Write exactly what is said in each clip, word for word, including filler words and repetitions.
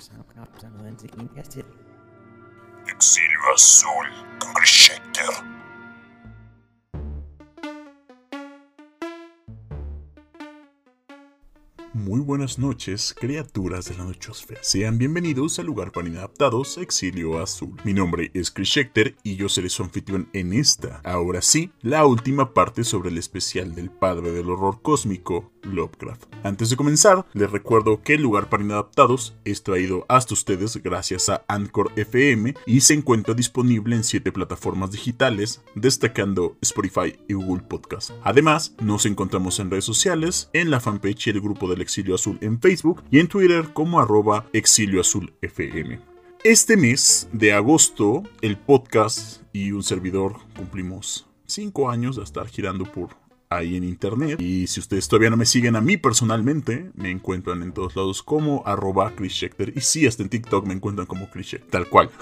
Exilio Azul con Creator. Muy buenas noches, criaturas de la nochosfera. Sean bienvenidos al lugar para inadaptados, Exilio Azul. Mi nombre es Creator y yo seré su anfitrión en esta, ahora sí, la última parte sobre el especial del padre del horror cósmico, Lovecraft. Antes de comenzar, les recuerdo que el lugar para inadaptados es traído hasta ustedes gracias a Anchor F M y se encuentra disponible en siete plataformas digitales, destacando Spotify y Google Podcast. Además, nos encontramos en redes sociales, en la fanpage y el grupo del Exilio Azul en Facebook y en Twitter como arroba Exilio Azul F M. Este mes de agosto, el podcast y un servidor cumplimos cinco años de estar girando por ahí en internet. Y si ustedes todavía no me siguen a mí personalmente, me encuentran en todos lados como arroba Creator. Y sí, hasta en TikTok me encuentran como Creator, tal cual.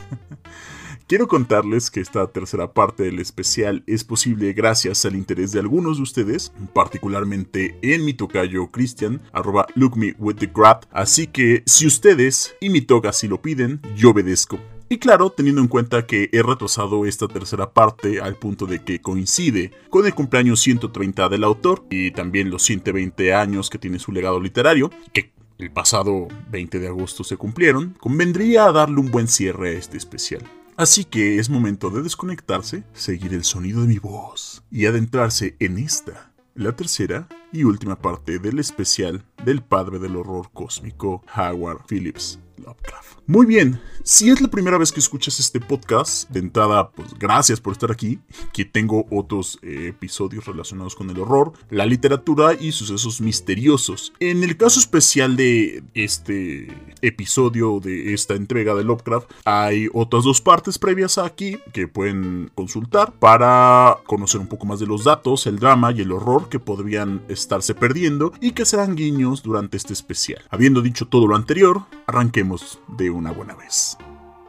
Quiero contarles que esta tercera parte del especial es posible gracias al interés de algunos de ustedes, particularmente en mi tocayo Cristian, arroba lookmewiththegrat. Así que si ustedes y mi toca así lo piden, yo obedezco. Y claro, teniendo en cuenta que he retrasado esta tercera parte al punto de que coincide con el cumpleaños ciento treinta del autor y también los ciento veinte años que tiene su legado literario, que el pasado veinte de agosto se cumplieron, convendría darle un buen cierre a este especial. Así que es momento de desconectarse, seguir el sonido de mi voz y adentrarse en esta, la tercera y última parte del especial del padre del horror cósmico, Howard Phillips Lovecraft. Muy bien, si es la primera vez que escuchas este podcast, de entrada, pues gracias por estar aquí, que tengo otros eh, episodios relacionados con el horror, la literatura y sucesos misteriosos. En el caso especial de este episodio, de esta entrega de Lovecraft, hay otras dos partes previas aquí que pueden consultar para conocer un poco más de los datos, el drama y el horror que podrían estarse perdiendo y que serán guiños durante este especial. Habiendo dicho todo lo anterior, arranquemos de una buena vez.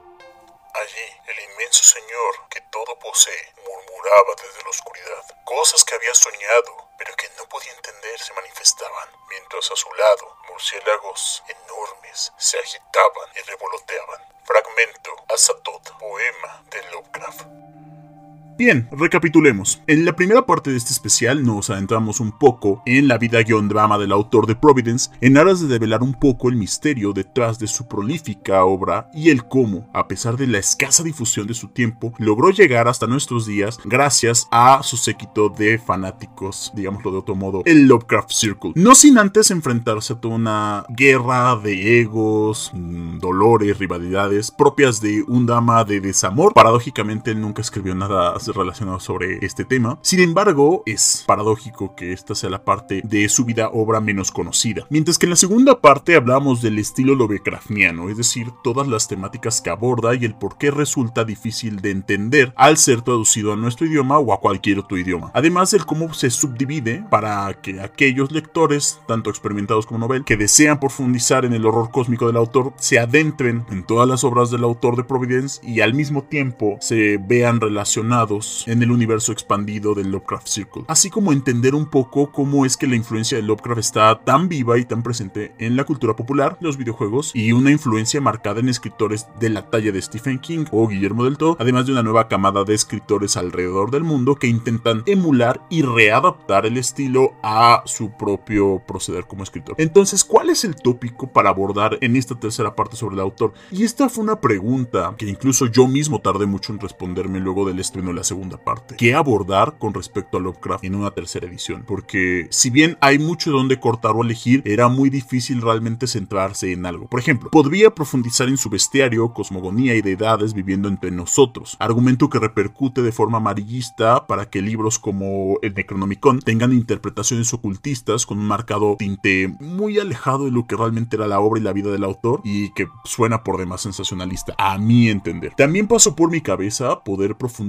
Allí, el inmenso señor que todo posee murmuraba desde la oscuridad. Cosas que había soñado, pero que no podía entender se manifestaban, mientras a su lado, murciélagos enormes se agitaban y revoloteaban. Fragmento Azathoth, poema de Lovecraft. Bien, recapitulemos. En la primera parte de este especial nos adentramos un poco en la vida-drama del autor de Providence en aras de develar un poco el misterio detrás de su prolífica obra y el cómo, a pesar de la escasa difusión de su tiempo, logró llegar hasta nuestros días gracias a su séquito de fanáticos, digámoslo de otro modo, el Lovecraft Circle. No sin antes enfrentarse a toda una guerra de egos, dolores, rivalidades propias de un drama de desamor. Paradójicamente él nunca escribió nada relacionado sobre este tema. Sin embargo, es paradójico que esta sea la parte de su vida obra menos conocida. Mientras que en la segunda parte hablamos del estilo Lovecraftiano, es decir, todas las temáticas que aborda y el por qué resulta difícil de entender al ser traducido a nuestro idioma o a cualquier otro idioma. Además del cómo se subdivide para que aquellos lectores, tanto experimentados como novel, que desean profundizar en el horror cósmico del autor, se adentren en todas las obras del autor de Providence y al mismo tiempo se vean relacionados en el universo expandido del Lovecraft Circle, así como entender un poco cómo es que la influencia de Lovecraft está tan viva y tan presente en la cultura popular, los videojuegos y una influencia marcada en escritores de la talla de Stephen King o Guillermo del Toro, además de una nueva camada de escritores alrededor del mundo que intentan emular y readaptar el estilo a su propio proceder como escritor. Entonces, ¿cuál es el tópico para abordar en esta tercera parte sobre el autor? Y esta fue una pregunta que incluso yo mismo tardé mucho en responderme luego del estreno de la segunda parte. ¿Qué abordar con respecto a Lovecraft en una tercera edición? Porque si bien hay mucho donde cortar o elegir, era muy difícil realmente centrarse en algo. Por ejemplo, podría profundizar en su bestiario, cosmogonía y deidades viviendo entre nosotros, argumento que repercute de forma amarillista para que libros como el Necronomicon tengan interpretaciones ocultistas con un marcado tinte muy alejado de lo que realmente era la obra y la vida del autor y que suena por demás sensacionalista, a mi entender. También pasó por mi cabeza poder profundizar un poco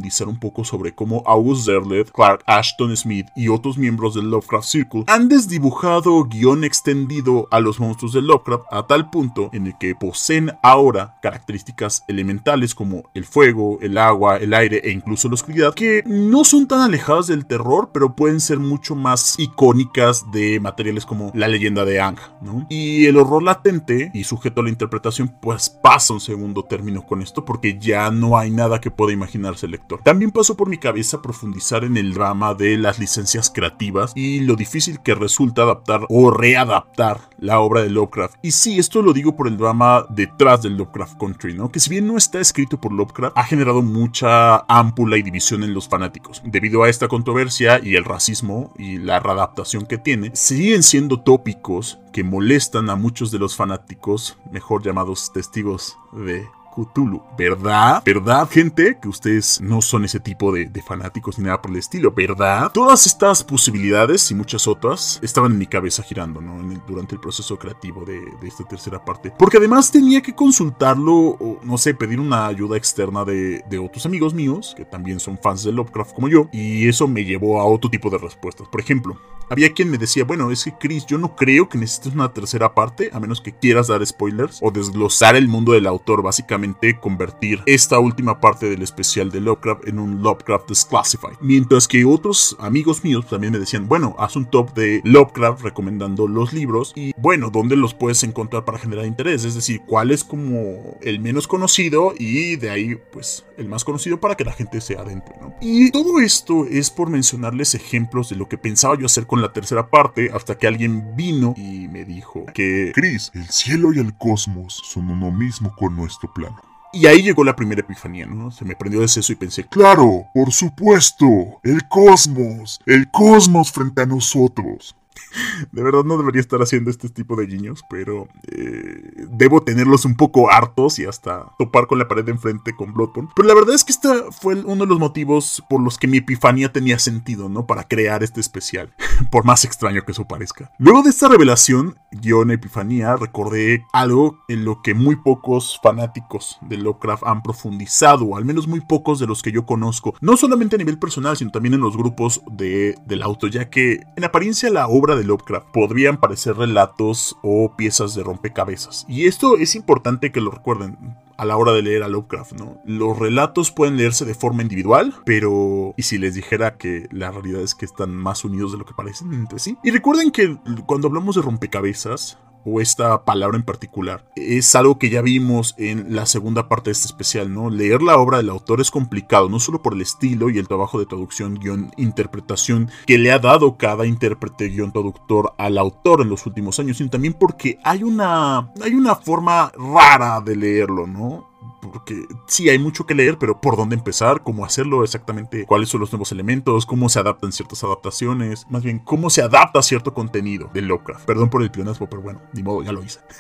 poco sobre cómo August Derleth, Clark Ashton Smith y otros miembros del Lovecraft Circle han desdibujado guión extendido a los monstruos de Lovecraft a tal punto en el que poseen ahora características elementales como el fuego, el agua, el aire e incluso la oscuridad, que no son tan alejadas del terror, pero pueden ser mucho más icónicas de materiales como la leyenda de Ang, ¿no? Y el horror latente y sujeto a la interpretación pues pasa a un segundo término con esto, porque ya no hay nada que pueda imaginarse el lector. También pasó por mi cabeza profundizar en el drama de las licencias creativas y lo difícil que resulta adaptar o readaptar la obra de Lovecraft. Y sí, esto lo digo por el drama detrás del Lovecraft Country, ¿no? Que si bien no está escrito por Lovecraft, ha generado mucha ámpula y división en los fanáticos. Debido a esta controversia y el racismo y la readaptación que tiene, siguen siendo tópicos que molestan a muchos de los fanáticos, mejor llamados testigos de Cthulhu, ¿verdad? ¿Verdad, gente? Que ustedes no son ese tipo de, de fanáticos ni nada por el estilo, ¿verdad? Todas estas posibilidades y muchas otras estaban en mi cabeza girando, ¿no? En el, durante el proceso creativo de, de esta tercera parte. Porque además tenía que consultarlo o, no sé, pedir una ayuda externa de, de otros amigos míos, que también son fans de Lovecraft como yo, y eso me llevó a otro tipo de respuestas. Por ejemplo, había quien me decía, bueno, es que Chris, yo no creo que necesites una tercera parte, a menos que quieras dar spoilers o desglosar el mundo del autor, básicamente convertir esta última parte del especial de Lovecraft en un Lovecraft Desclassified. Mientras que otros amigos míos también me decían, bueno, haz un top de Lovecraft recomendando los libros y, bueno, ¿dónde los puedes encontrar para generar interés? Es decir, ¿cuál es como el menos conocido y de ahí, pues, el más conocido para que la gente se adentre, ¿no? Y todo esto es por mencionarles ejemplos de lo que pensaba yo hacer con la tercera parte, hasta que alguien vino y me dijo que Chris, el cielo y el cosmos son uno mismo con nuestro plano. Y ahí llegó la primera epifanía, ¿no? Se me prendió de seso y pensé, ¡claro! ¡Por supuesto! ¡El cosmos! ¡El cosmos frente a nosotros! De verdad no debería estar haciendo este tipo de guiños, pero eh, debo tenerlos un poco hartos y hasta topar con la pared de enfrente con Bloodborne. Pero la verdad es que este fue uno de los motivos por los que mi epifanía tenía sentido, ¿no? Para crear este especial, por más extraño que eso parezca. Luego de esta revelación, guión epifanía, recordé algo en lo que muy pocos fanáticos de Lovecraft han profundizado, o al menos muy pocos de los que yo conozco, no solamente a nivel personal, sino también en los grupos de, del auto, ya que en apariencia la obra de Lovecraft podrían parecer relatos o piezas de rompecabezas. Y esto es importante que lo recuerden a la hora de leer a Lovecraft, ¿no? Los relatos pueden leerse de forma individual, pero... ¿y si les dijera que la realidad es que están más unidos de lo que parecen entre sí? Y recuerden que cuando hablamos de rompecabezas, o esta palabra en particular, es algo que ya vimos en la segunda parte de este especial, ¿no? Leer la obra del autor es complicado, no solo por el estilo y el trabajo de traducción, guión, interpretación que le ha dado cada intérprete, guión, traductor al autor en los últimos años, sino también porque hay una, hay una forma rara de leerlo, ¿no? Porque sí, hay mucho que leer, pero ¿por dónde empezar? ¿Cómo hacerlo exactamente? ¿Cuáles son los nuevos elementos? ¿Cómo se adaptan ciertas adaptaciones? Más bien, ¿cómo se adapta cierto contenido de Lovecraft? Perdón por el pleonasmo, pero bueno, ni modo, ya lo hice.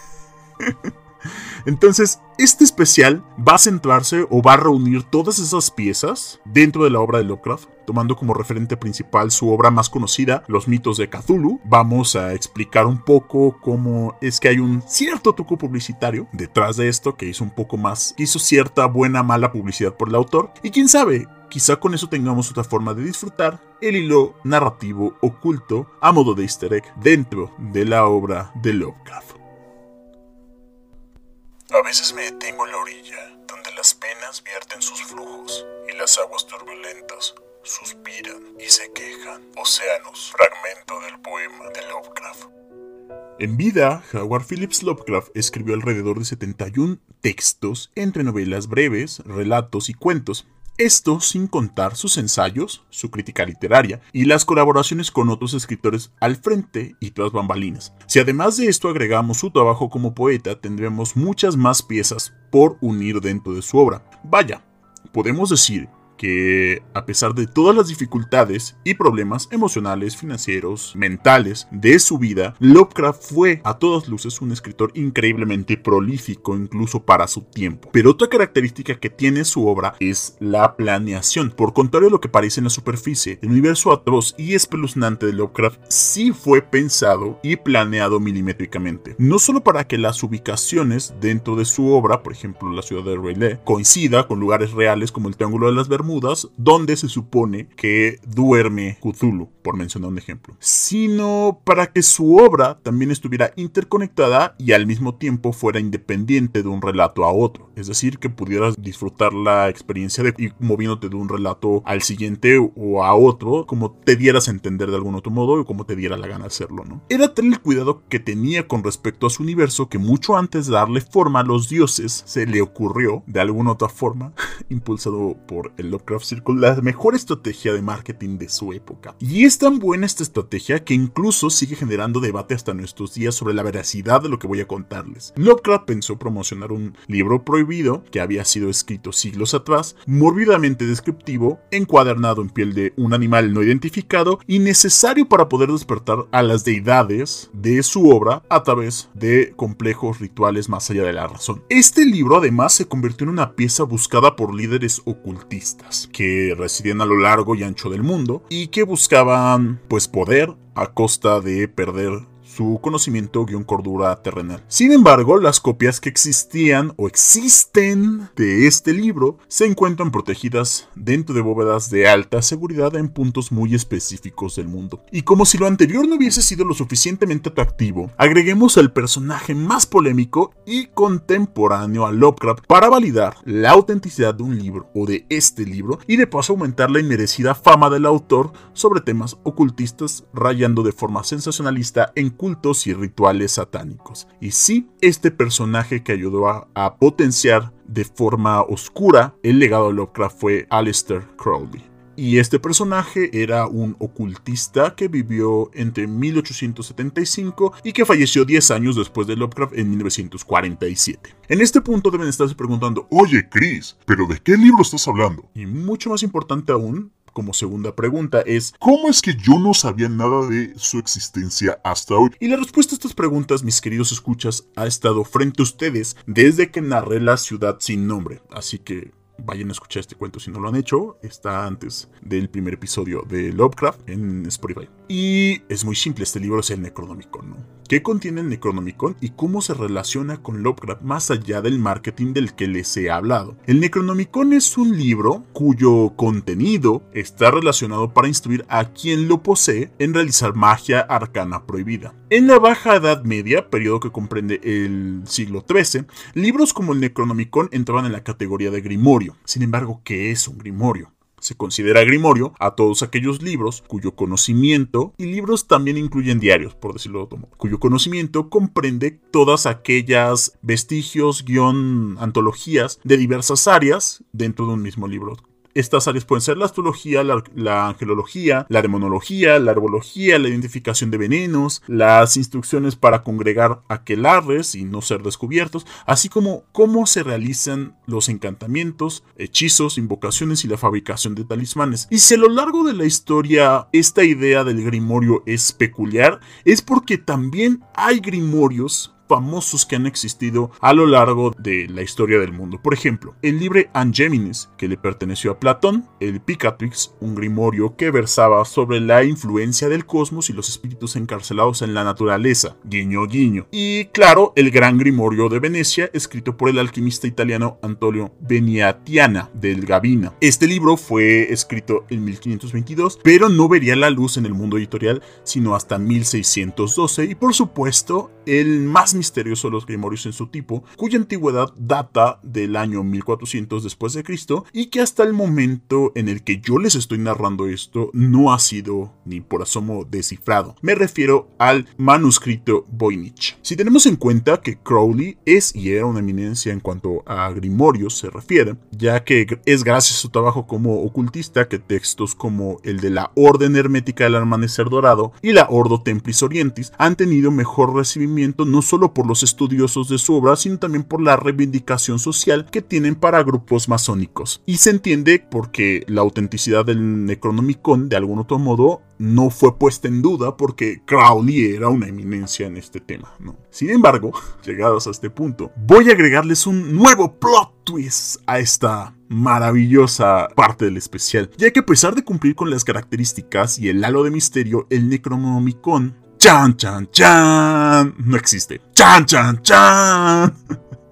Entonces, este especial va a centrarse o va a reunir todas esas piezas dentro de la obra de Lovecraft, tomando como referente principal su obra más conocida, Los mitos de Cthulhu. Vamos a explicar un poco cómo es que hay un cierto truco publicitario detrás de esto, que hizo un poco más, hizo cierta buena mala publicidad por el autor, y quién sabe, quizá con eso tengamos otra forma de disfrutar el hilo narrativo oculto a modo de easter egg dentro de la obra de Lovecraft. A veces me detengo en la orilla, donde las penas vierten sus flujos y las aguas turbulentas suspiran y se quejan. Océanos, fragmento del poema de Lovecraft. En vida, Howard Phillips Lovecraft escribió alrededor de setenta y un textos entre novelas breves, relatos y cuentos. Esto sin contar sus ensayos, su crítica literaria y las colaboraciones con otros escritores al frente y tras bambalinas. Si además de esto agregamos su trabajo como poeta, tendremos muchas más piezas por unir dentro de su obra. Vaya, podemos decir que a pesar de todas las dificultades y problemas emocionales, financieros, mentales de su vida, Lovecraft fue a todas luces un escritor increíblemente prolífico incluso para su tiempo. Pero otra característica que tiene su obra es la planeación. Por contrario a lo que parece en la superficie, el universo atroz y espeluznante de Lovecraft sí fue pensado y planeado milimétricamente. No solo para que las ubicaciones dentro de su obra, por ejemplo la ciudad de R'lyeh, coincida con lugares reales como el Triángulo de las Bermudas, Bermudas, donde se supone que duerme Cthulhu, por mencionar un ejemplo, sino para que su obra también estuviera interconectada y al mismo tiempo fuera independiente de un relato a otro. Es decir, que pudieras disfrutar la experiencia de ir moviéndote de un relato al siguiente o a otro, como te dieras a entender de algún otro modo o como te diera la gana hacerlo, ¿no? Era tal el cuidado que tenía con respecto a su universo que mucho antes de darle forma a los dioses se le ocurrió, de alguna otra forma, impulsado por el Lovecraft Circle, la mejor estrategia de marketing de su época. Y es tan buena esta estrategia que incluso sigue generando debate hasta nuestros días sobre la veracidad de lo que voy a contarles. Lovecraft pensó promocionar un libro prohibido que había sido escrito siglos atrás, mórbidamente descriptivo, encuadernado en piel de un animal no identificado y necesario para poder despertar a las deidades de su obra a través de complejos rituales más allá de la razón. Este libro además se convirtió en una pieza buscada por líderes ocultistas que residían a lo largo y ancho del mundo y que buscaban pues poder a costa de perder su conocimiento guión cordura terrenal. Sin embargo, las copias que existían o existen de este libro se encuentran protegidas dentro de bóvedas de alta seguridad en puntos muy específicos del mundo. Y como si lo anterior no hubiese sido lo suficientemente atractivo, agreguemos al personaje más polémico y contemporáneo a Lovecraft para validar la autenticidad de un libro o de este libro y de paso aumentar la inmerecida fama del autor sobre temas ocultistas, rayando de forma sensacionalista en cultos y rituales satánicos. Y sí, este personaje que ayudó a, a potenciar de forma oscura el legado de Lovecraft fue Aleister Crowley. Y este personaje era un ocultista que vivió entre mil ochocientos setenta y cinco y que falleció diez años después de Lovecraft en mil novecientos cuarenta y siete. En este punto deben estarse preguntando, oye Chris, ¿pero de qué libro estás hablando? Y mucho más importante aún, como segunda pregunta es, ¿cómo es que yo no sabía nada de su existencia hasta hoy? Y la respuesta a estas preguntas, mis queridos escuchas, ha estado frente a ustedes desde que narré La ciudad sin nombre. Así que vayan a escuchar este cuento si no lo han hecho. Está antes del primer episodio de Lovecraft en Spotify. Y es muy simple, este libro es el Necronomicon, ¿no? ¿Qué contiene el Necronomicon y cómo se relaciona con Lovecraft más allá del marketing del que les he hablado? El Necronomicon es un libro cuyo contenido está relacionado para instruir a quien lo posee en realizar magia arcana prohibida. En la Baja Edad Media, periodo que comprende el siglo trece, libros como el Necronomicon entraban en la categoría de grimorio. Sin embargo, ¿qué es un grimorio? Se considera grimorio a todos aquellos libros cuyo conocimiento, y libros también incluyen diarios, por decirlo de otro modo, cuyo conocimiento comprende todas aquellas vestigios, guión, antologías de diversas áreas dentro de un mismo libro. Estas áreas pueden ser la astrología, la, la angelología, la demonología, la herbología, la identificación de venenos, las instrucciones para congregar aquelarres y no ser descubiertos, así como cómo se realizan los encantamientos, hechizos, invocaciones y la fabricación de talismanes. Y si a lo largo de la historia esta idea del grimorio es peculiar, es porque también hay grimorios famosos que han existido a lo largo de la historia del mundo. Por ejemplo, el libro Angéminis, que le perteneció a Platón, el Picatrix, un grimorio que versaba sobre la influencia del cosmos y los espíritus encarcelados en la naturaleza, guiño guiño. Y claro, el Gran Grimorio de Venecia, escrito por el alquimista italiano Antonio Veniatiana del Gavina. Este libro fue escrito en mil quinientos veintidós, pero no vería la luz en el mundo editorial sino hasta mil seiscientos doce, y por supuesto, el más misterioso de los grimorios en su tipo, cuya antigüedad data del año mil cuatrocientos después de Cristo y que hasta el momento en el que yo les estoy narrando esto no ha sido ni por asomo descifrado. Me refiero al manuscrito Voynich. Si tenemos en cuenta que Crowley es y era una eminencia en cuanto a grimorios se refiere, ya que es gracias a su trabajo como ocultista que textos como el de la Orden Hermética del Amanecer Dorado y la Ordo Templis Orientis han tenido mejor recibimiento no solo por los estudiosos de su obra, sino también por la reivindicación social que tienen para grupos masónicos. Y se entiende porque la autenticidad del Necronomicon, de algún otro modo, no fue puesta en duda porque Crowley era una eminencia en este tema, ¿no? Sin embargo, llegados a este punto, voy a agregarles un nuevo plot twist a esta maravillosa parte del especial, ya que a pesar de cumplir con las características y el halo de misterio, el Necronomicon ¡chan, chan, chan! no existe. ¡Chan, chan, chan!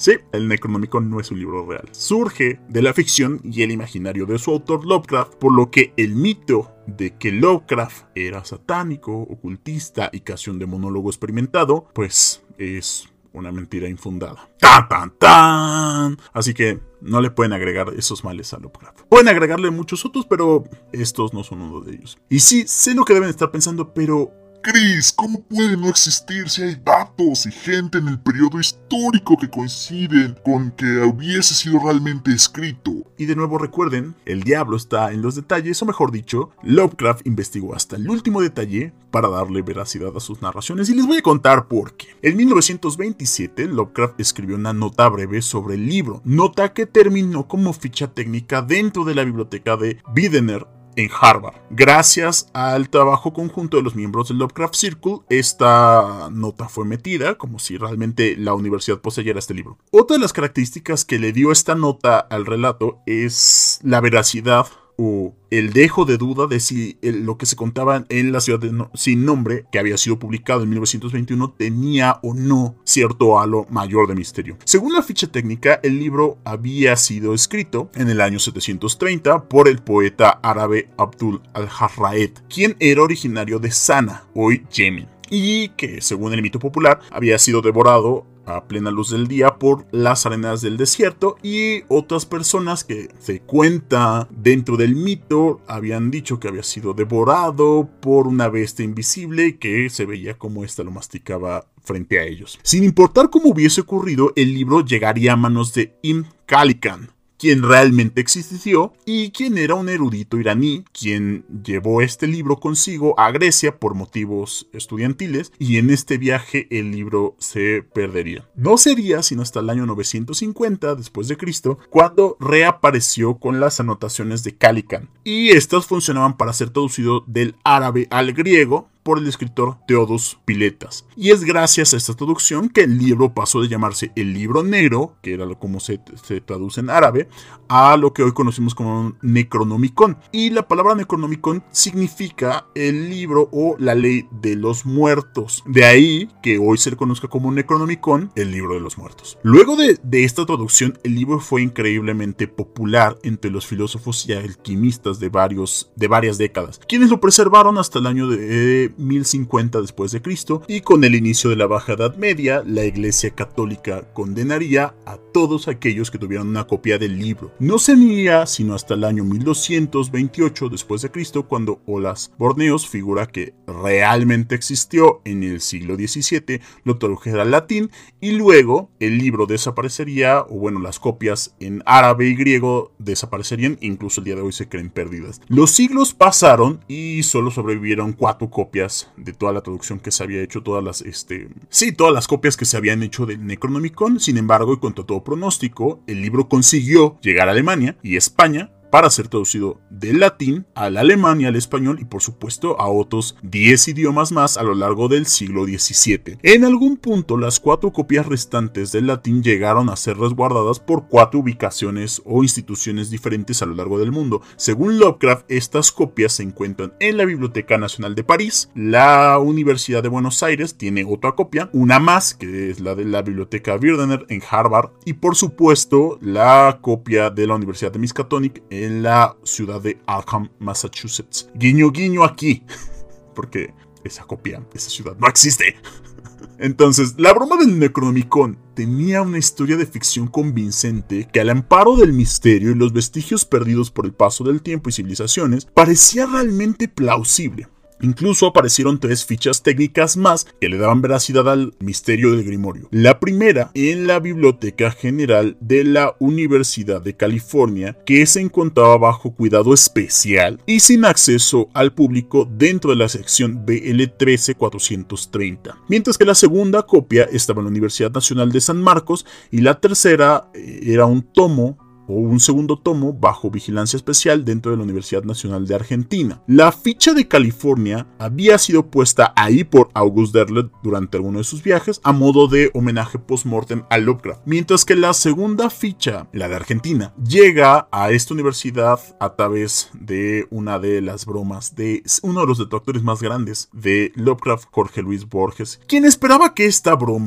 Sí, el Necronomicon no es un libro real. Surge de la ficción y el imaginario de su autor Lovecraft, por lo que el mito de que Lovecraft era satánico, ocultista y casi un demonólogo experimentado, pues es una mentira infundada. ¡Tan, tan, tan! Así que no le pueden agregar esos males a Lovecraft. Pueden agregarle muchos otros, pero estos no son uno de ellos. Y sí, sé lo que deben estar pensando, pero... Chris, ¿cómo puede no existir si hay datos y gente en el periodo histórico que coinciden con que hubiese sido realmente escrito? Y de nuevo recuerden, el diablo está en los detalles, o mejor dicho, Lovecraft investigó hasta el último detalle para darle veracidad a sus narraciones, y les voy a contar por qué. En mil novecientos veintisiete, Lovecraft escribió una nota breve sobre el libro, nota que terminó como ficha técnica dentro de la biblioteca de Widener en Harvard. Gracias al trabajo conjunto de los miembros del Lovecraft Circle, esta nota fue metida como si realmente la universidad poseyera este libro. Otra de las características que le dio esta nota al relato es la veracidad o el dejo de duda de si el, lo que se contaba en La ciudad de no, sin nombre, que había sido publicado en mil novecientos veintiuno, tenía o no cierto halo mayor de misterio. Según la ficha técnica, el libro había sido escrito en el año setecientos treinta por el poeta árabe Abdul al-Harraed, quien era originario de Sana, hoy Yemen, y que, según el mito popular, había sido devorado a plena luz del día por las arenas del desierto, y otras personas que se cuenta dentro del mito habían dicho que había sido devorado por una bestia invisible que se veía como ésta lo masticaba frente a ellos. Sin importar cómo hubiese ocurrido, el libro llegaría a manos de Ibn Khaldun, quien realmente existió y quien era un erudito iraní, quien llevó este libro consigo a Grecia por motivos estudiantiles, y en este viaje el libro se perdería. No sería sino hasta el año novecientos cincuenta después de Cristo cuando reapareció con las anotaciones de Khaldun, y estas funcionaban para ser traducido del árabe al griego por el escritor Theodos Piletas. Y es gracias a esta traducción que el libro pasó de llamarse el Libro Negro, que era como se, se traduce en árabe, a lo que hoy conocemos como Necronomicon. Y la palabra Necronomicon significa el libro o la ley de los muertos. De ahí que hoy se le conozca como Necronomicon, el libro de los muertos. Luego de, de esta traducción, el libro fue increíblemente popular entre los filósofos y alquimistas de, varios, de varias décadas, quienes lo preservaron hasta el año de mil cincuenta después de Cristo, y con el inicio de la Baja Edad Media, la Iglesia Católica condenaría a todos aquellos que tuvieran una copia del libro. No sería sino hasta el año mil doscientos veintiocho después de Cristo cuando Olas Borneos, figura que realmente existió en el siglo diecisiete, lo tradujera al latín, y luego el libro desaparecería, o bueno, las copias en árabe y griego desaparecerían, incluso el día de hoy se creen perdidas. Los siglos pasaron y solo sobrevivieron cuatro copias de toda la traducción que se había hecho, todas las, este, sí, todas las copias que se habían hecho del Necronomicon. Sin embargo, y contra todo pronóstico, el libro consiguió llegar a Alemania y España para ser traducido del latín al alemán y al español, y por supuesto a otros diez idiomas más a lo largo del siglo diecisiete. En algún punto, las cuatro copias restantes del latín llegaron a ser resguardadas por cuatro ubicaciones o instituciones diferentes a lo largo del mundo. Según Lovecraft, estas copias se encuentran en la Biblioteca Nacional de París, la Universidad de Buenos Aires tiene otra copia, una más que es la de la Biblioteca Widener en Harvard, y por supuesto la copia de la Universidad de Miskatonic en la ciudad de Alham, Massachusetts. Guiño guiño aquí, porque esa copia, esa ciudad no existe. Entonces, la broma del Necronomicon tenía una historia de ficción convincente que, al amparo del misterio y los vestigios perdidos por el paso del tiempo y civilizaciones, parecía realmente plausible. Incluso aparecieron tres fichas técnicas más que le daban veracidad al misterio del Grimorio. La primera en la Biblioteca General de la Universidad de California, que se encontraba bajo cuidado especial y sin acceso al público dentro de la sección B L trece cuatrocientos treinta. Mientras que la segunda copia estaba en la Universidad Nacional de San Marcos, y la tercera era un tomo o un segundo tomo bajo vigilancia especial dentro de la Universidad Nacional de Argentina. La ficha de California había sido puesta ahí por August Derleth durante alguno de sus viajes a modo de homenaje post-mortem a Lovecraft, mientras que la segunda ficha, la de Argentina, llega a esta universidad a través de una de las bromas de uno de los detractores más grandes de Lovecraft, Jorge Luis Borges, quien esperaba que esta broma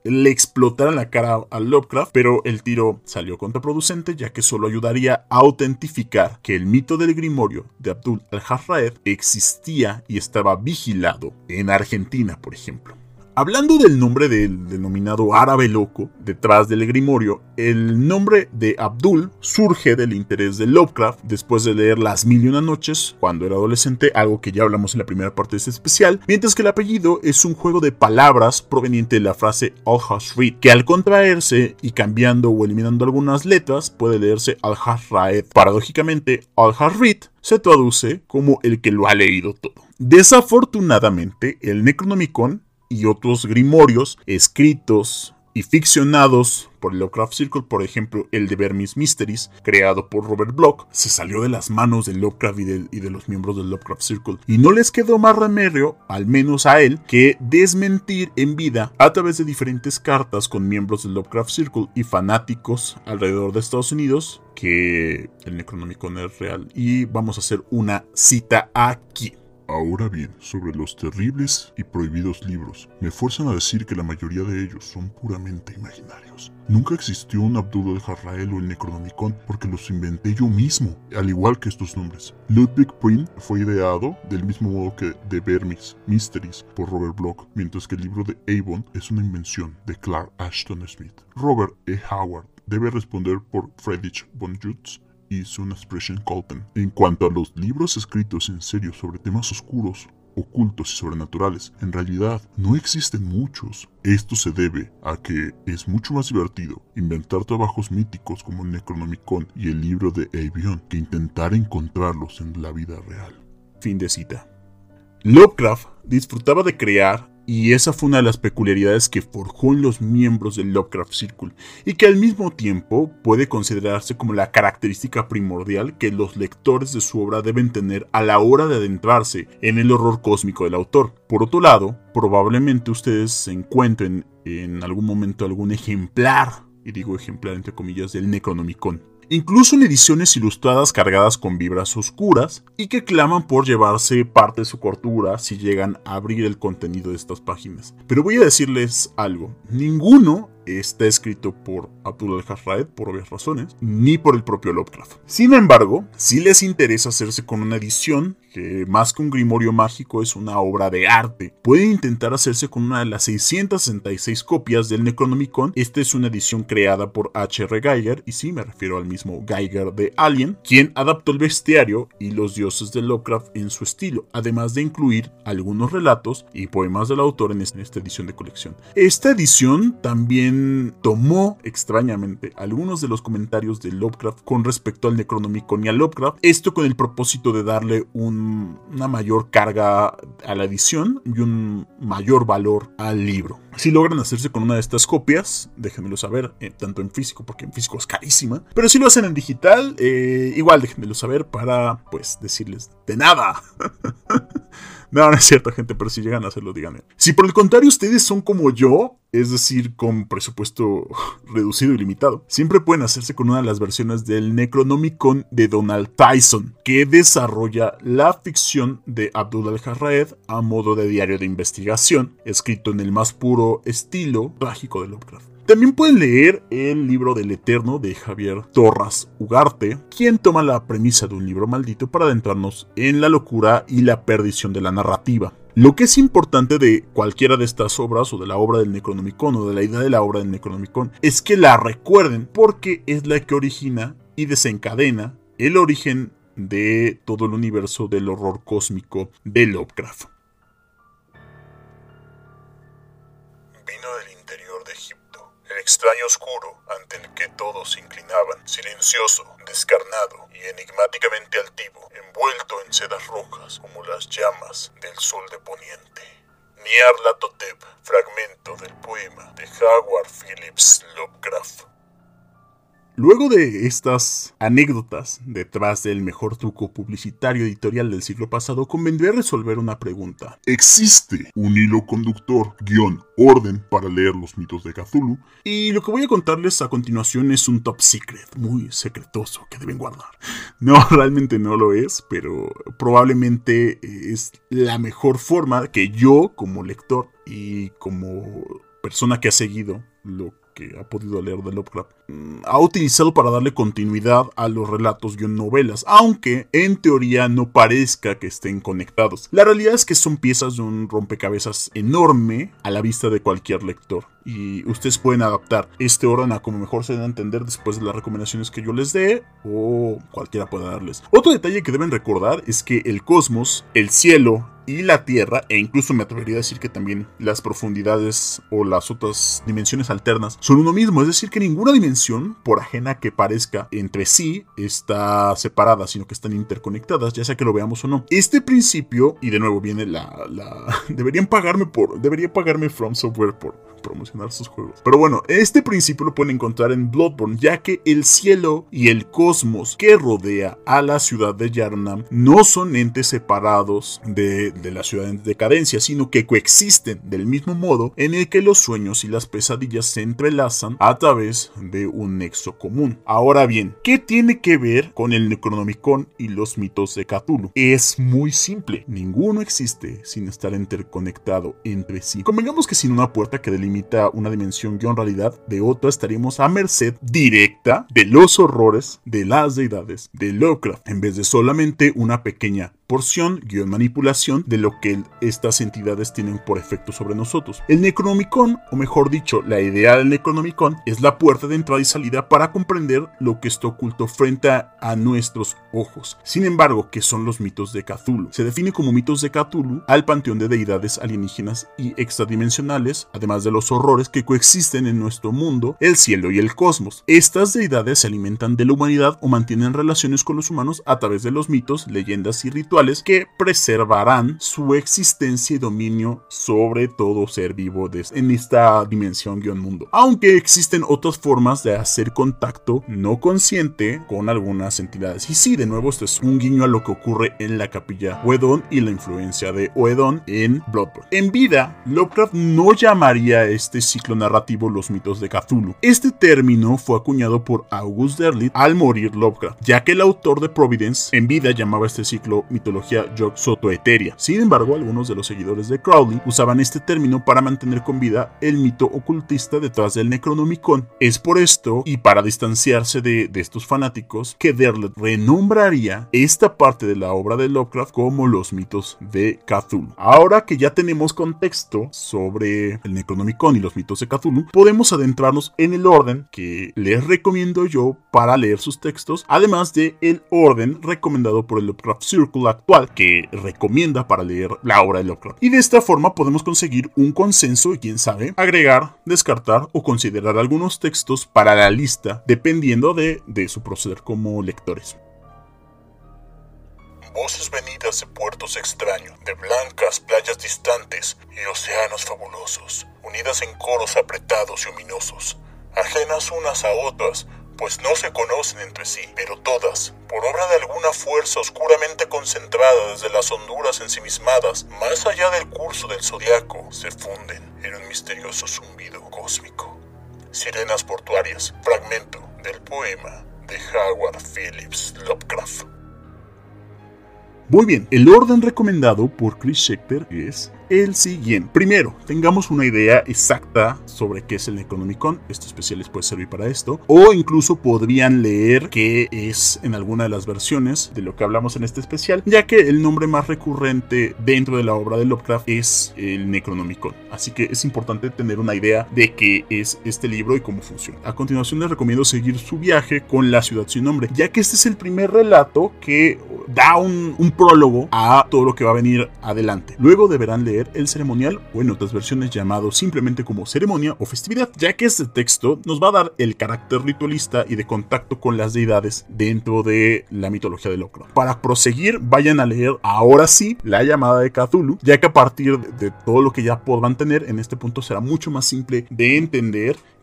le explotara en la cara a Lovecraft, pero el tiro salió contraproducente, ya que solo ayudaría a autentificar que el mito del grimorio de Abdul al-Harraed existía y estaba vigilado en Argentina, por ejemplo. Hablando del nombre del denominado árabe loco detrás del grimorio, el nombre de Abdul surge del interés de Lovecraft después de leer Las Mil y Una Noches cuando era adolescente, algo que ya hablamos en la primera parte de este especial, mientras que el apellido es un juego de palabras proveniente de la frase Al-Hasrid, que al contraerse y cambiando o eliminando algunas letras puede leerse Al-Harraed. Paradójicamente, Al-Hasrid se traduce como el que lo ha leído todo. Desafortunadamente, el Necronomicon y otros grimorios escritos y ficcionados por el Lovecraft Circle, por ejemplo el de Vermis Mysteries, creado por Robert Bloch, se salió de las manos de Lovecraft y de, y de los miembros del Lovecraft Circle, y no les quedó más remedio, al menos a él, que desmentir en vida a través de diferentes cartas con miembros del Lovecraft Circle y fanáticos alrededor de Estados Unidos que el Necronomicon es real. Y vamos a hacer una cita aquí. Ahora bien, sobre los terribles y prohibidos libros, me fuerzan a decir que la mayoría de ellos son puramente imaginarios. Nunca existió un Abdul al-Harraed o el Necronomicon porque los inventé yo mismo, al igual que estos nombres. Ludwig Prien fue ideado del mismo modo que The Vermis Mysteries por Robert Bloch, mientras que el libro de Avon es una invención de Clark Ashton Smith. Robert E. Howard debe responder por Friedrich von Jutz y Sun Expression Colton. En cuanto a los libros escritos en serio sobre temas oscuros, ocultos y sobrenaturales, en realidad no existen muchos. Esto se debe a que es mucho más divertido inventar trabajos míticos como el Necronomicon y el libro de Avion que intentar encontrarlos en la vida real. Fin de cita. Lovecraft disfrutaba de crear, y esa fue una de las peculiaridades que forjó en los miembros del Lovecraft Circle, y que al mismo tiempo puede considerarse como la característica primordial que los lectores de su obra deben tener a la hora de adentrarse en el horror cósmico del autor. Por otro lado, probablemente ustedes se encuentren en algún momento algún ejemplar, y digo ejemplar entre comillas, del Necronomicon, incluso en ediciones ilustradas cargadas con vibras oscuras y que claman por llevarse parte de su cordura si llegan a abrir el contenido de estas páginas. Pero voy a decirles algo, ninguno está escrito por Abdul al-Harraed por obvias razones, ni por el propio Lovecraft. Sin embargo, si les interesa hacerse con una edición, que más que un grimorio mágico es una obra de arte, pueden intentar hacerse con una de las seiscientas sesenta y seis copias del Necronomicon. Esta es una edición creada por H R Giger, y sí me refiero al mismo Giger de Alien, quien adaptó el bestiario y los dioses de Lovecraft en su estilo, además de incluir algunos relatos y poemas del autor en esta edición de colección. Esta edición también tomó extrañamente algunos de los comentarios de Lovecraft con respecto al Necronomicon y a Lovecraft, esto con el propósito de darle un, una mayor carga a la edición y un mayor valor al libro. Si logran hacerse con una de estas copias, déjenmelo saber, eh, tanto en físico, porque en físico es carísima, pero si lo hacen en digital, eh, igual déjenmelo saber para, pues, decirles de nada. No, no es cierto, gente, pero si llegan a hacerlo, díganme. Si por el contrario ustedes son como yo, es decir, con presupuesto reducido y limitado, siempre pueden hacerse con una de las versiones del Necronomicon de Donald Tyson, que desarrolla la ficción de Abdul al-Harraed a modo de diario de investigación, escrito en el más puro estilo trágico de Lovecraft. También pueden leer el libro del Eterno de Javier Torras Ugarte, quien toma la premisa de un libro maldito para adentrarnos en la locura y la perdición de la narrativa. Lo que es importante de cualquiera de estas obras, o de la obra del Necronomicon, o de la idea de la obra del Necronomicon, es que la recuerden, porque es la que origina y desencadena el origen de todo el universo del horror cósmico de Lovecraft. Vino del interior de Egipto, el extraño oscuro ante el que todos se inclinaban, silencioso, descarnado y enigmáticamente altivo, envuelto en sedas rojas como las llamas del sol de poniente. Nyarlathotep, fragmento del poema de Howard Phillips Lovecraft. Luego de estas anécdotas detrás del mejor truco publicitario editorial del siglo pasado, convendría resolver una pregunta. ¿Existe un hilo conductor, guión, orden para leer los mitos de Cthulhu? Y lo que voy a contarles a continuación es un top secret, muy secretoso, que deben guardar. No, realmente no lo es, pero probablemente es la mejor forma que yo, como lector y como persona que ha seguido lo que ha podido leer de Lovecraft, ha utilizado para darle continuidad a los relatos y novelas, aunque en teoría no parezca que estén conectados. La realidad es que son piezas de un rompecabezas enorme a la vista de cualquier lector, y ustedes pueden adaptar este orden a como mejor se den a entender después de las recomendaciones que yo les dé o cualquiera pueda darles. Otro detalle que deben recordar es que el cosmos, el cielo y la Tierra, e incluso me atrevería a decir que también las profundidades o las otras dimensiones alternas, son uno mismo. Es decir, que ninguna dimensión, por ajena que parezca entre sí, está separada, sino que están interconectadas, ya sea que lo veamos o no. Este principio, y de nuevo viene la... la deberían pagarme por... Debería pagarme From Software por promocionar sus juegos. Pero bueno, este principio lo pueden encontrar en Bloodborne, ya que el cielo y el cosmos que rodea a la ciudad de Yharnam no son entes separados de, de la ciudad en decadencia, sino que coexisten del mismo modo en el que los sueños y las pesadillas se entrelazan a través de un nexo común. Ahora bien, ¿qué tiene que ver con el Necronomicon y los mitos de Cthulhu? Es muy simple. Ninguno existe sin estar interconectado entre sí. Convengamos que sin una puerta que delimita una dimensión guión realidad de otra, estaríamos a merced directa de los horrores de las deidades de Lovecraft, en vez de solamente una pequeña porción, guión manipulación de lo que estas entidades tienen por efecto sobre nosotros. El Necronomicon, o mejor dicho, la idea del Necronomicon, es la puerta de entrada y salida para comprender lo que está oculto frente a, a nuestros ojos. Sin embargo, ¿qué son los mitos de Cthulhu? Se define como mitos de Cthulhu al panteón de deidades alienígenas y extradimensionales, además de los horrores que coexisten en nuestro mundo, el cielo y el cosmos. Estas deidades se alimentan de la humanidad o mantienen relaciones con los humanos a través de los mitos, leyendas y rituales que preservarán su existencia y dominio sobre todo ser vivo de, en esta dimensión guión mundo. Aunque existen otras formas de hacer contacto no consciente con algunas entidades. Y sí, de nuevo, esto es un guiño a lo que ocurre en la capilla Oedon y la influencia de Oedon en Bloodborne. En vida, Lovecraft no llamaría a este ciclo narrativo los mitos de Cthulhu. Este término fue acuñado por August Derleth al morir Lovecraft, ya que el autor de Providence en vida llamaba este ciclo mitología Yog-Sothoeteria. Sin embargo, algunos de los seguidores de Crowley usaban este término para mantener con vida el mito ocultista detrás del Necronomicon. Es por esto, y para distanciarse de, de estos fanáticos, que Derleth renombraría esta parte de la obra de Lovecraft como los mitos de Cthulhu. Ahora que ya tenemos contexto sobre el Necronomicon y los mitos de Cthulhu, podemos adentrarnos en el orden que les recomiendo yo para leer sus textos, además de el orden recomendado por el Lovecraft Circle actual, que recomienda para leer la obra de Lovecraft. Y de esta forma podemos conseguir un consenso y, quién sabe, agregar, descartar o considerar algunos textos para la lista, dependiendo de, de su proceder como lectores. Voces venidas de puertos extraños, de blancas playas distantes y océanos fabulosos, unidas en coros apretados y ominosos, ajenas unas a otras, pues no se conocen entre sí, pero todas, por obra de alguna fuerza oscuramente concentrada desde las honduras ensimismadas, más allá del curso del zodiaco, se funden en un misterioso zumbido cósmico. Sirenas portuarias, fragmento del poema de Howard Phillips Lovecraft. Muy bien, el orden recomendado por Chris Schechter es el siguiente. Primero, tengamos una idea exacta sobre qué es el Necronomicon. Este especial les puede servir para esto. O incluso podrían leer qué es en alguna de las versiones de lo que hablamos en este especial, ya que el nombre más recurrente dentro de la obra de Lovecraft es el Necronomicon. Así que es importante tener una idea de qué es este libro y cómo funciona. A continuación les recomiendo seguir su viaje con La ciudad sin nombre, ya que este es el primer relato que da un, un prólogo a todo lo que va a venir adelante. Luego deberán leer el ceremonial, o en otras versiones llamado simplemente como ceremonia o festividad, ya que este texto nos va a dar el carácter ritualista y de contacto con las deidades dentro de la mitología de Lovecraft. Para proseguir, vayan a leer ahora sí La llamada de Cthulhu, ya que a partir de todo lo que ya podrán tener en este punto será mucho más simple de entender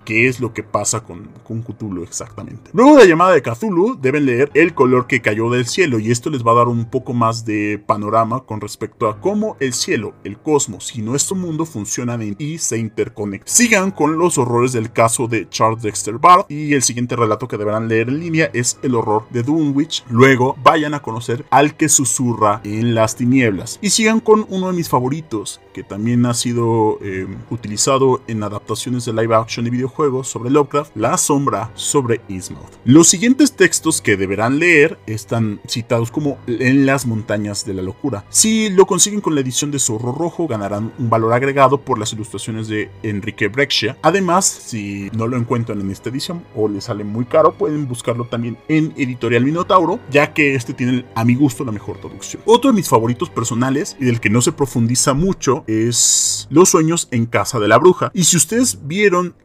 qué es lo que pasa con, con Cthulhu exactamente. Luego de la llamada de Cthulhu, deben leer El color que cayó del cielo, y esto les va a dar un poco más de panorama con respecto a cómo el cielo, el cosmos y nuestro mundo funcionan y se interconectan. Sigan con los horrores del caso de Charles Dexter Ward, y el siguiente relato que deberán leer en línea es El horror de Dunwich. Luego vayan a conocer Al que susurra en las tinieblas, y sigan con uno de mis favoritos, que también ha sido eh, utilizado en adaptaciones de live action y videojuegos sobre Lovecraft, La sombra sobre Innsmouth. Los siguientes textos que deberán leer están citados como En las montañas de la locura. Si lo consiguen con la edición de Zorro Rojo, ganarán un valor agregado por las ilustraciones de Enrique Breccia. Además, si no lo encuentran en esta edición o les sale muy caro, pueden buscarlo también en Editorial Minotauro, ya que este tiene a mi gusto la mejor traducción. Otro de mis favoritos personales y del que no se profundiza mucho es Los sueños en casa de la bruja. Y si ustedes vieron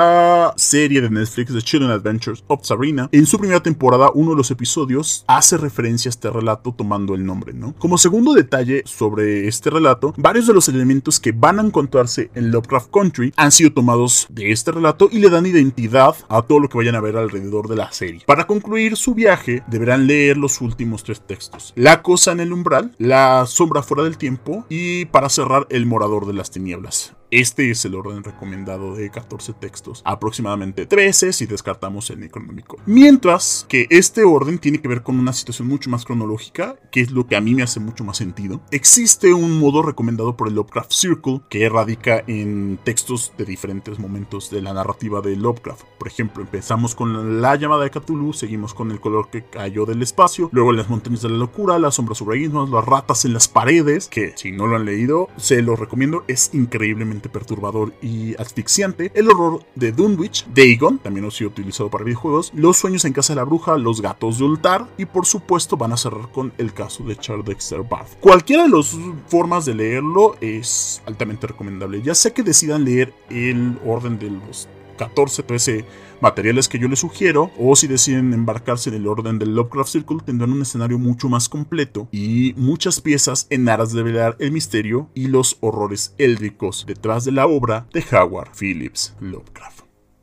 la serie de Netflix The Chilling Adventures of Sabrina, en su primera temporada uno de los episodios hace referencia a este relato tomando el nombre, ¿no? Como segundo detalle sobre este relato, varios de los elementos que van a encontrarse en Lovecraft Country han sido tomados de este relato y le dan identidad a todo lo que vayan a ver alrededor de la serie. Para concluir su viaje, deberán leer los últimos tres textos: La cosa en el umbral, La sombra fuera del tiempo y, para cerrar, El morador de las tinieblas. Este es el orden recomendado de catorce textos, aproximadamente trece si descartamos el Necronómico. Mientras que este orden tiene que ver con una situación mucho más cronológica, que es lo que a mí me hace mucho más sentido. Existe un modo recomendado por el Lovecraft Circle que radica en textos de diferentes momentos de la narrativa de Lovecraft. Por ejemplo, empezamos con La llamada de Cthulhu, seguimos con El color que cayó del espacio, luego En las montañas de la locura, La sombra sobre Innsmouth, Las ratas en las paredes, que si no lo han leído, se los recomiendo, es increíblemente perturbador y asfixiante. El horror de Dunwich, Dagon, también ha sido utilizado para videojuegos, Los sueños en casa de la bruja, Los gatos de Ultar, y por supuesto van a cerrar con el caso de Charles Dexter Ward. Cualquiera de las formas de leerlo es altamente recomendable, ya sea que decidan leer el orden de los catorce, trece materiales que yo les sugiero, o si deciden embarcarse en el orden del Lovecraft Circle, tendrán un escenario mucho más completo y muchas piezas en aras de velar el misterio y los horrores éltricos detrás de la obra de Howard Phillips Lovecraft.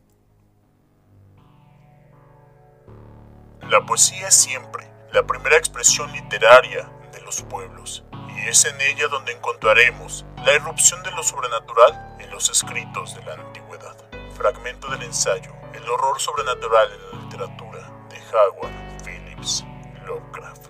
La poesía es siempre la primera expresión literaria de los pueblos, y es en ella donde encontraremos la irrupción de lo sobrenatural en los escritos de la antigüedad. Fragmento del ensayo El horror sobrenatural en la literatura, de Howard Phillips Lovecraft.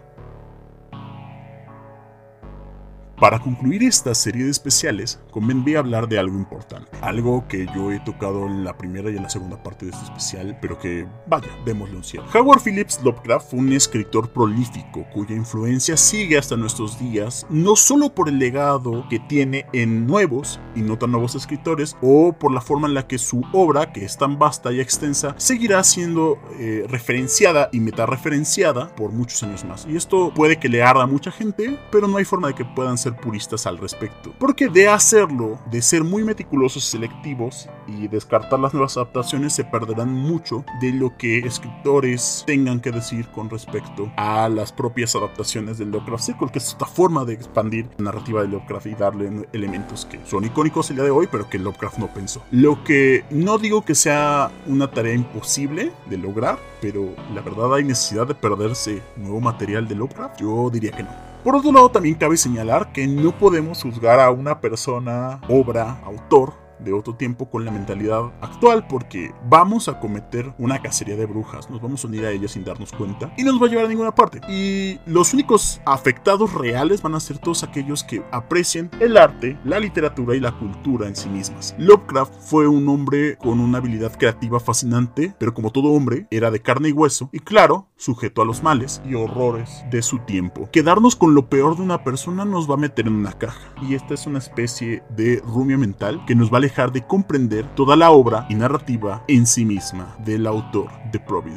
Para concluir esta serie de especiales, convendría hablar de algo importante, algo que yo he tocado en la primera y en la segunda parte de este especial, pero que, vaya, démosle un cierre. Howard Phillips Lovecraft fue un escritor prolífico, cuya influencia sigue hasta nuestros días, no solo por el legado que tiene en nuevos y no tan nuevos escritores, o por la forma en la que su obra, que es tan vasta y extensa, seguirá siendo eh, referenciada y metareferenciada por muchos años más. Y esto puede que le arda a mucha gente, pero no hay forma de que puedan ser puristas al respecto, porque de hacerlo, de ser muy meticulosos y selectivos y descartar las nuevas adaptaciones, se perderán mucho de lo que escritores tengan que decir con respecto a las propias adaptaciones del Lovecraft Circle, que es esta forma de expandir la narrativa de Lovecraft y darle elementos que son icónicos el día de hoy, pero que Lovecraft no pensó. Lo que no digo que sea una tarea imposible de lograr, pero la verdad hay necesidad de perderse nuevo material de Lovecraft. Yo diría que no. Por otro lado, también cabe señalar que no podemos juzgar a una persona, obra, autor de otro tiempo con la mentalidad actual, porque vamos a cometer una cacería de brujas, nos vamos a unir a ellas sin darnos cuenta y no nos va a llevar a ninguna parte, y los únicos afectados reales van a ser todos aquellos que aprecien el arte, la literatura y la cultura en sí mismas. Lovecraft fue un hombre con una habilidad creativa fascinante, pero como todo hombre era de carne y hueso y, claro, sujeto a los males y horrores de su tiempo. Quedarnos con lo peor de una persona nos va a meter en una caja, y esta es una especie de rumia mental que nos va a dejar de comprender toda la obra y narrativa en sí misma del autor de Providence.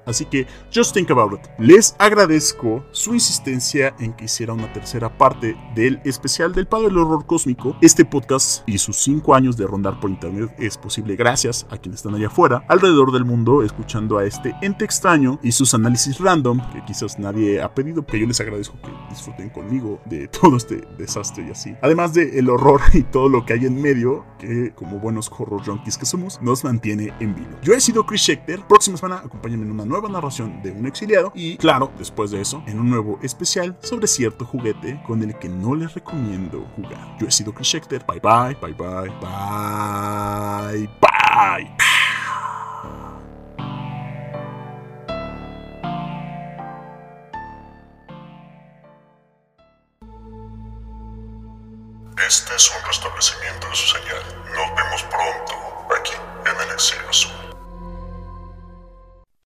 Así que just think about it. Les agradezco su insistencia en que hiciera una tercera parte del especial del Padre del Horror Cósmico. Este podcast y sus cinco años de rondar por internet es posible gracias a quienes están allá afuera, alrededor del mundo, escuchando a este ente extraño y sus análisis random que quizás nadie ha pedido, que yo les agradezco que disfruten conmigo de todo este desastre y así. Además de el horror y todo lo que hay en medio, que como buenos horror junkies que somos, nos mantiene en vilo. Yo he sido Chris Schechter. Próxima semana acompáñenme en una nueva narración de un exiliado y, claro, después de eso, en un nuevo especial sobre cierto juguete con el que no les recomiendo jugar. Yo he sido Chris Schechter. Bye bye, bye bye, bye bye. Este es un restablecimiento de su señal. Nos vemos pronto aquí en el Exilio Azul.